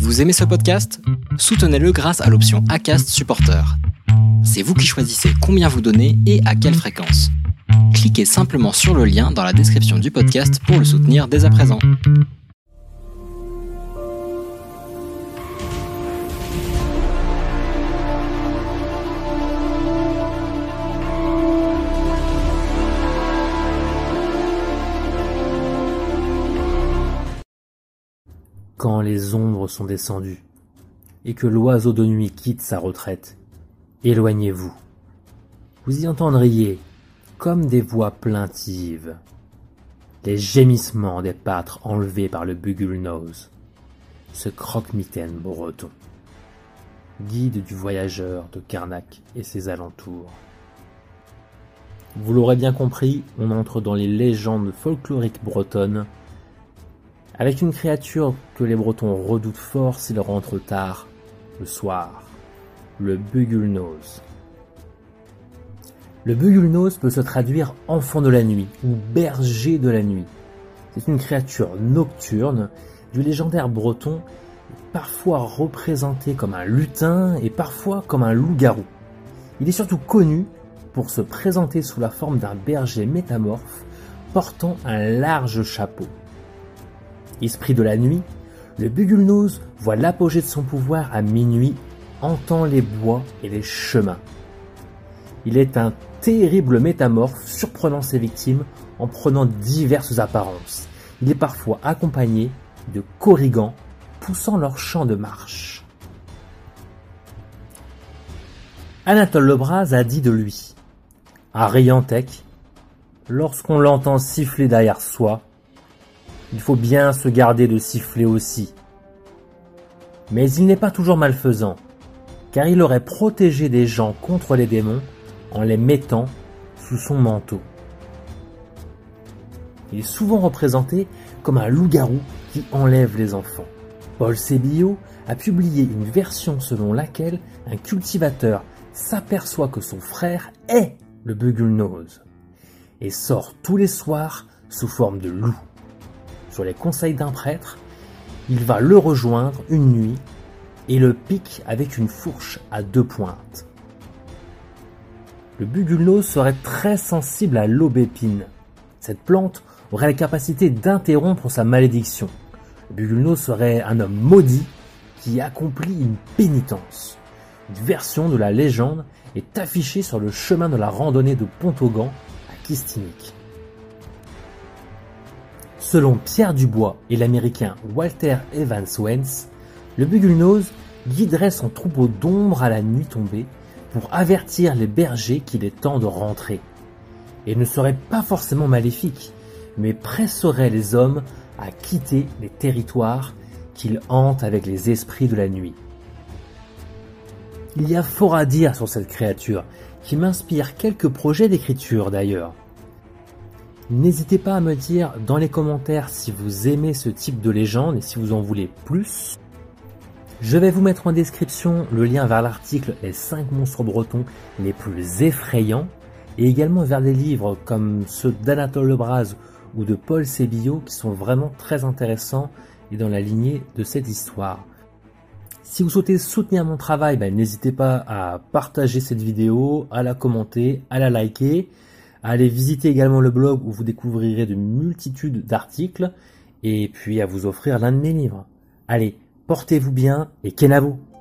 Vous aimez ce podcast ? Soutenez-le grâce à l'option Acast Supporter. C'est vous qui choisissez combien vous donnez et à quelle fréquence. Cliquez simplement sur le lien dans la description du podcast pour le soutenir dès à présent. Quand les ombres sont descendues, et que l'oiseau de nuit quitte sa retraite, éloignez-vous. Vous y entendriez, comme des voix plaintives, les gémissements des pâtres enlevés par le Bugulnose, ce croque-mitaine breton, guide du voyageur de Carnac et ses alentours. Vous l'aurez bien compris, on entre dans les légendes folkloriques bretonnes, avec une créature que les Bretons redoutent fort s'ils rentrent tard, le soir, le Bugulnose. Le Bugulnose peut se traduire enfant de la nuit ou berger de la nuit. C'est une créature nocturne du légendaire breton, parfois représenté comme un lutin et parfois comme un loup-garou. Il est surtout connu pour se présenter sous la forme d'un berger métamorphe portant un large chapeau. Esprit de la nuit, le Bugulnose voit l'apogée de son pouvoir à minuit, entend les bois et les chemins. Il est un terrible métamorphe surprenant ses victimes en prenant diverses apparences. Il est parfois accompagné de corrigans poussant leur chant de marche. Anatole Lebras a dit de lui « À Riantec, lorsqu'on l'entend siffler derrière soi, il faut bien se garder de siffler aussi. Mais il n'est pas toujours malfaisant, car il aurait protégé des gens contre les démons en les mettant sous son manteau. Il est souvent représenté comme un loup-garou qui enlève les enfants. Paul Sébillot a publié une version selon laquelle un cultivateur s'aperçoit que son frère est le Bugulnose et sort tous les soirs sous forme de loup. Sur les conseils d'un prêtre, il va le rejoindre une nuit et le pique avec une fourche à 2 pointes. Le Bugulnose serait très sensible à l'aubépine. Cette plante aurait la capacité d'interrompre sa malédiction. Le Bugulnose serait un homme maudit qui accomplit une pénitence. Une version de la légende est affichée sur le chemin de la randonnée de Pont-Augan à Kistinic. Selon Pierre Dubois et l'américain Walter Evans Wentz, le Bugulnose guiderait son troupeau d'ombre à la nuit tombée pour avertir les bergers qu'il est temps de rentrer. Et ne serait pas forcément maléfique, mais presserait les hommes à quitter les territoires qu'il hante avec les esprits de la nuit. Il y a fort à dire sur cette créature, qui m'inspire quelques projets d'écriture d'ailleurs. N'hésitez pas à me dire dans les commentaires si vous aimez ce type de légende et si vous en voulez plus. Je vais vous mettre en description le lien vers l'article « Les 5 monstres bretons les plus effrayants » et également vers des livres comme ceux d'Anatole Lebras ou de Paul Sébillot qui sont vraiment très intéressants et dans la lignée de cette histoire. Si vous souhaitez soutenir mon travail, n'hésitez pas à partager cette vidéo, à la commenter, à la liker. Allez visiter également le blog où vous découvrirez de multitudes d'articles et puis à vous offrir l'un de mes livres. Allez, portez-vous bien et kenavo!